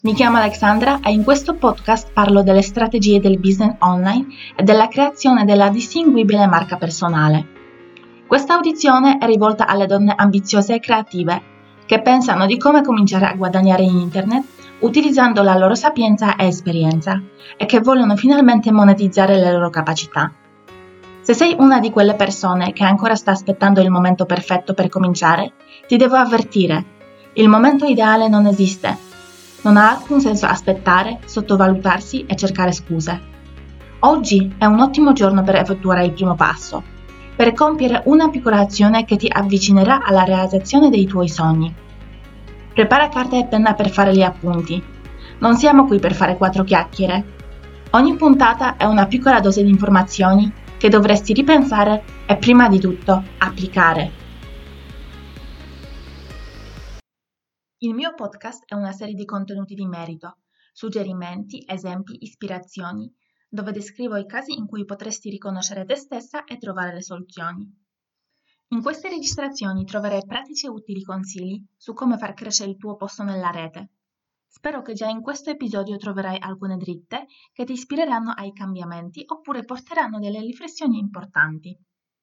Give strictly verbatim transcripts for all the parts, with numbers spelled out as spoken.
Mi chiamo Alexandra e in questo podcast parlo delle strategie del business online e della creazione della distinguibile marca personale. Questa audizione è rivolta alle donne ambiziose e creative che pensano di come cominciare a guadagnare in internet utilizzando la loro sapienza e esperienza e che vogliono finalmente monetizzare le loro capacità. Se sei una di quelle persone che ancora sta aspettando il momento perfetto per cominciare, ti devo avvertire: il momento ideale non esiste. Non ha alcun senso aspettare, sottovalutarsi e cercare scuse. Oggi è un ottimo giorno per effettuare il primo passo, per compiere una piccola azione che ti avvicinerà alla realizzazione dei tuoi sogni. Prepara carta e penna per fare gli appunti. Non siamo qui per fare quattro chiacchiere. Ogni puntata è una piccola dose di informazioni che dovresti ripensare e prima di tutto applicare. Il mio podcast è una serie di contenuti di merito, suggerimenti, esempi, ispirazioni, dove descrivo i casi in cui potresti riconoscere te stessa e trovare le soluzioni. In queste registrazioni troverai pratici e utili consigli su come far crescere il tuo posto nella rete. Spero che già in questo episodio troverai alcune dritte che ti ispireranno ai cambiamenti oppure porteranno delle riflessioni importanti.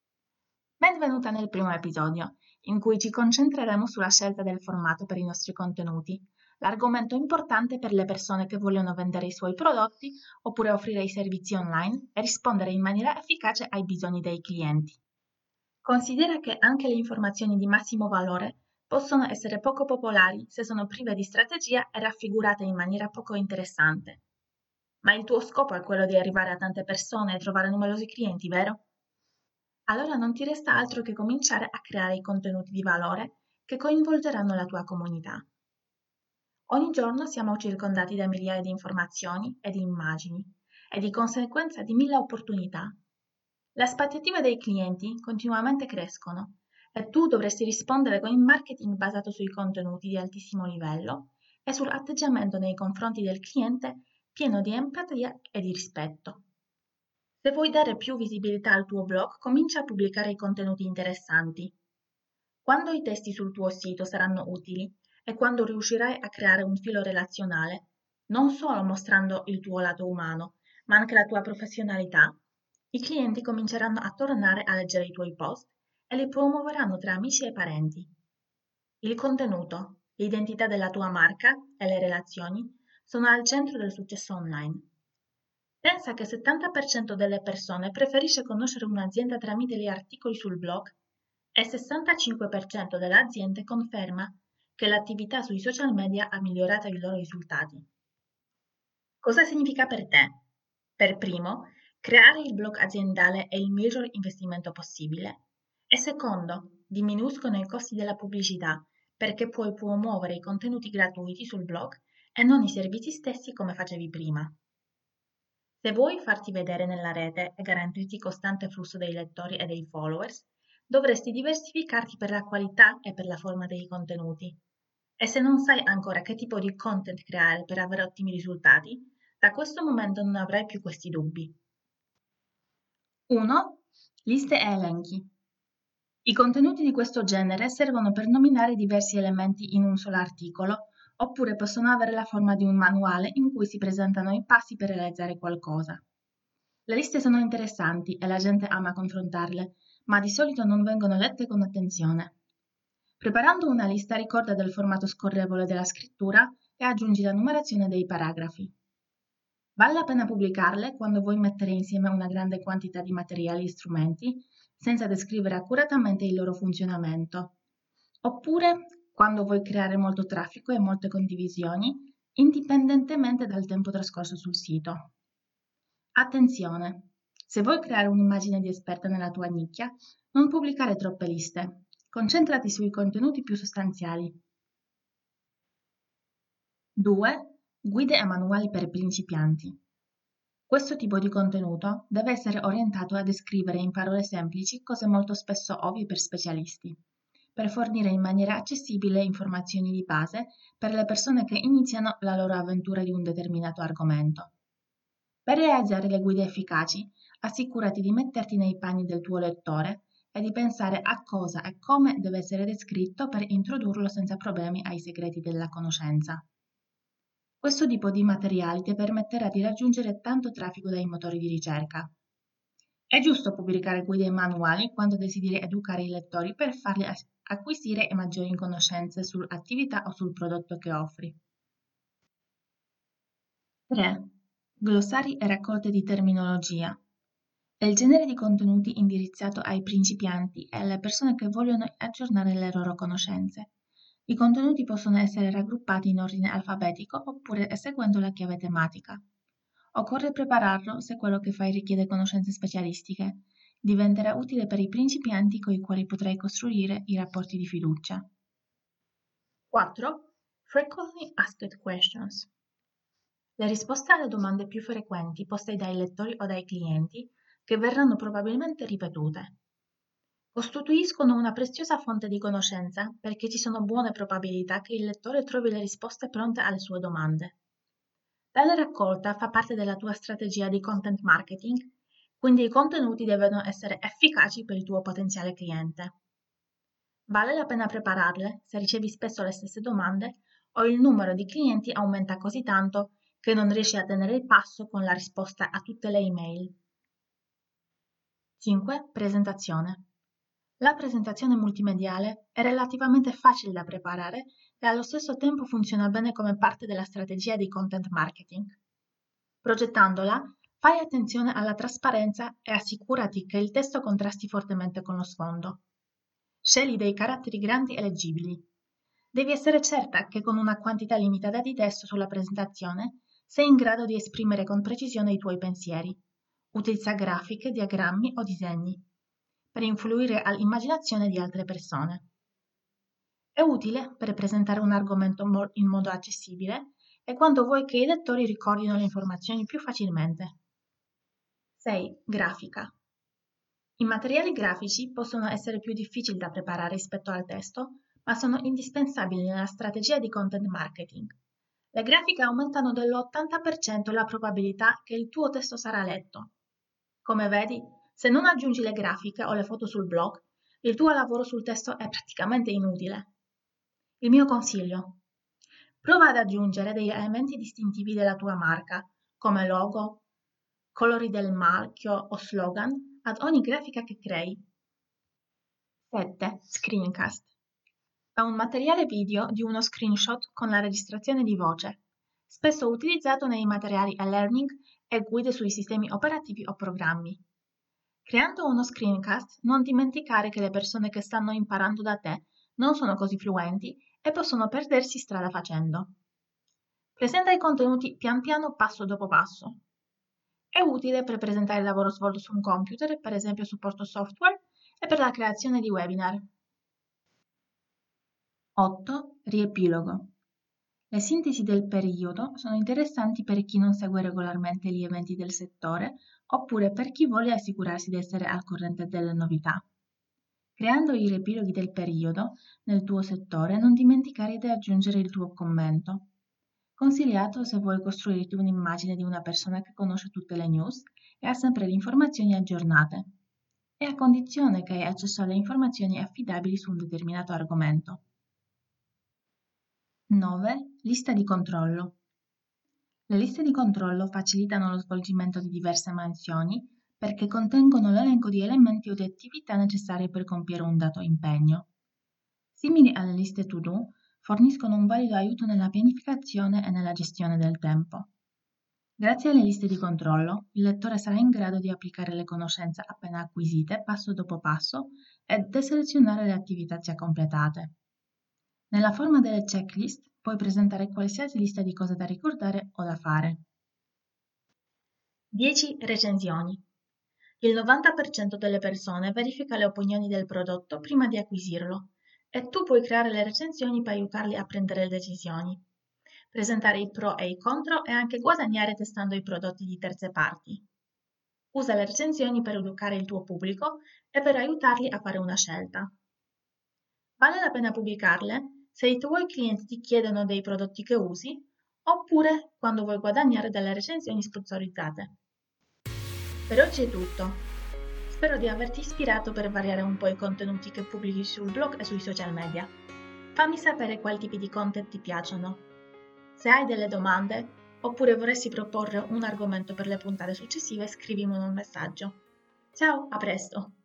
Benvenuta nel primo episodio, in cui ci concentreremo sulla scelta del formato per i nostri contenuti, l'argomento importante per le persone che vogliono vendere i suoi prodotti oppure offrire i servizi online e rispondere in maniera efficace ai bisogni dei clienti. Considera che anche le informazioni di massimo valore possono essere poco popolari se sono prive di strategia e raffigurate in maniera poco interessante. Ma il tuo scopo è quello di arrivare a tante persone e trovare numerosi clienti, vero? Allora non ti resta altro che cominciare a creare i contenuti di valore che coinvolgeranno la tua comunità. Ogni giorno siamo circondati da migliaia di informazioni e di immagini e di conseguenza di mille opportunità. Le aspettative dei clienti continuamente crescono e tu dovresti rispondere con il marketing basato sui contenuti di altissimo livello e sull'atteggiamento nei confronti del cliente pieno di empatia e di rispetto. Se vuoi dare più visibilità al tuo blog, comincia a pubblicare i contenuti interessanti. Quando i testi sul tuo sito saranno utili e quando riuscirai a creare un filo relazionale, non solo mostrando il tuo lato umano, ma anche la tua professionalità, i clienti cominceranno a tornare a leggere i tuoi post e li promuoveranno tra amici e parenti. Il contenuto, l'identità della tua marca e le relazioni sono al centro del successo online. Pensa che il settanta per cento delle persone preferisce conoscere un'azienda tramite gli articoli sul blog e il sessantacinque per cento delle aziende conferma che l'attività sui social media ha migliorato i loro risultati. Cosa significa per te? Per primo, creare il blog aziendale è il miglior investimento possibile. E secondo, diminuiscono i costi della pubblicità perché puoi promuovere i contenuti gratuiti sul blog e non i servizi stessi come facevi prima. Se vuoi farti vedere nella rete e garantirti costante flusso dei lettori e dei followers, dovresti diversificarti per la qualità e per la forma dei contenuti. E se non sai ancora che tipo di content creare per avere ottimi risultati, da questo momento non avrai più questi dubbi. uno. Liste e elenchi. I contenuti di questo genere servono per nominare diversi elementi in un solo articolo, oppure possono avere la forma di un manuale in cui si presentano i passi per realizzare qualcosa. Le liste sono interessanti e la gente ama confrontarle, ma di solito non vengono lette con attenzione. Preparando una lista ricorda del formato scorrevole della scrittura e aggiungi la numerazione dei paragrafi. Vale la pena pubblicarle quando vuoi mettere insieme una grande quantità di materiali e strumenti senza descrivere accuratamente il loro funzionamento, oppure quando vuoi creare molto traffico e molte condivisioni, indipendentemente dal tempo trascorso sul sito. Attenzione! Se vuoi creare un'immagine di esperta nella tua nicchia, non pubblicare troppe liste. Concentrati sui contenuti più sostanziali. due. Guide e manuali per principianti. Questo tipo di contenuto deve essere orientato a descrivere in parole semplici cose molto spesso ovvie per specialisti, per fornire in maniera accessibile informazioni di base per le persone che iniziano la loro avventura di un determinato argomento. Per realizzare le guide efficaci, assicurati di metterti nei panni del tuo lettore e di pensare a cosa e come deve essere descritto per introdurlo senza problemi ai segreti della conoscenza. Questo tipo di materiali ti permetterà di raggiungere tanto traffico dai motori di ricerca. È giusto pubblicare guide e manuali quando desideri educare i lettori per farli acquisire maggiori conoscenze sull'attività o sul prodotto che offri. tre. Glossari e raccolte di terminologia. È il genere di contenuti indirizzato ai principianti e alle persone che vogliono aggiornare le loro conoscenze. I contenuti possono essere raggruppati in ordine alfabetico oppure seguendo la chiave tematica. Occorre prepararlo se quello che fai richiede conoscenze specialistiche. Diventerà utile per i principianti con i quali potrai costruire i rapporti di fiducia. quattro. Frequently asked questions. Le risposte alle domande più frequenti poste dai lettori o dai clienti, che verranno probabilmente ripetute, costituiscono una preziosa fonte di conoscenza perché ci sono buone probabilità che il lettore trovi le risposte pronte alle sue domande. Tale raccolta fa parte della tua strategia di content marketing, quindi i contenuti devono essere efficaci per il tuo potenziale cliente. Vale la pena prepararle se ricevi spesso le stesse domande o il numero di clienti aumenta così tanto che non riesci a tenere il passo con la risposta a tutte le email. cinque. Presentazione. La presentazione multimediale è relativamente facile da preparare e allo stesso tempo funziona bene come parte della strategia di content marketing. Progettandola, fai attenzione alla trasparenza e assicurati che il testo contrasti fortemente con lo sfondo. Scegli dei caratteri grandi e leggibili. Devi essere certa che con una quantità limitata di testo sulla presentazione sei in grado di esprimere con precisione i tuoi pensieri. Utilizza grafiche, diagrammi o disegni per influire all'immaginazione di altre persone. È utile per presentare un argomento in modo accessibile e quando vuoi che i lettori ricordino le informazioni più facilmente. sei. Grafica. I materiali grafici possono essere più difficili da preparare rispetto al testo, ma sono indispensabili nella strategia di content marketing. Le grafiche aumentano dell'ottanta per cento la probabilità che il tuo testo sarà letto. Come vedi, se non aggiungi le grafiche o le foto sul blog, il tuo lavoro sul testo è praticamente inutile. Il mio consiglio: prova ad aggiungere degli elementi distintivi della tua marca, come logo, colori del marchio o slogan, ad ogni grafica che crei. sette. Screencast. È un materiale video di uno screenshot con la registrazione di voce, spesso utilizzato nei materiali e-learning e guide sui sistemi operativi o programmi. Creando uno screencast, non dimenticare che le persone che stanno imparando da te non sono così fluenti e possono perdersi strada facendo. Presenta i contenuti pian piano, passo dopo passo. È utile per presentare il lavoro svolto su un computer, per esempio supporto software, e per la creazione di webinar. otto. Riepilogo. Le sintesi del periodo sono interessanti per chi non segue regolarmente gli eventi del settore oppure per chi vuole assicurarsi di essere al corrente delle novità. Creando i riepiloghi del periodo nel tuo settore, non dimenticare di aggiungere il tuo commento. Consigliato se vuoi costruirti un'immagine di una persona che conosce tutte le news e ha sempre le informazioni aggiornate, e a condizione che hai accesso alle informazioni affidabili su un determinato argomento. nove. Lista di controllo. Le liste di controllo facilitano lo svolgimento di diverse mansioni perché contengono l'elenco di elementi o di attività necessarie per compiere un dato impegno. Simili alle liste to-do, forniscono un valido aiuto nella pianificazione e nella gestione del tempo. Grazie alle liste di controllo, il lettore sarà in grado di applicare le conoscenze appena acquisite passo dopo passo e deselezionare le attività già completate. Nella forma delle checklist puoi presentare qualsiasi lista di cose da ricordare o da fare. dieci. Recensioni. Il novanta per cento delle persone verifica le opinioni del prodotto prima di acquisirlo e tu puoi creare le recensioni per aiutarli a prendere le decisioni, presentare i pro e i contro e anche guadagnare testando i prodotti di terze parti. Usa le recensioni per educare il tuo pubblico e per aiutarli a fare una scelta. Vale la pena pubblicarle se i tuoi clienti ti chiedono dei prodotti che usi oppure quando vuoi guadagnare dalle recensioni sponsorizzate. Per oggi è tutto. Spero di averti ispirato per variare un po' i contenuti che pubblichi sul blog e sui social media. Fammi sapere quali tipi di content ti piacciono. Se hai delle domande oppure vorresti proporre un argomento per le puntate successive, scrivimi un messaggio. Ciao, a presto!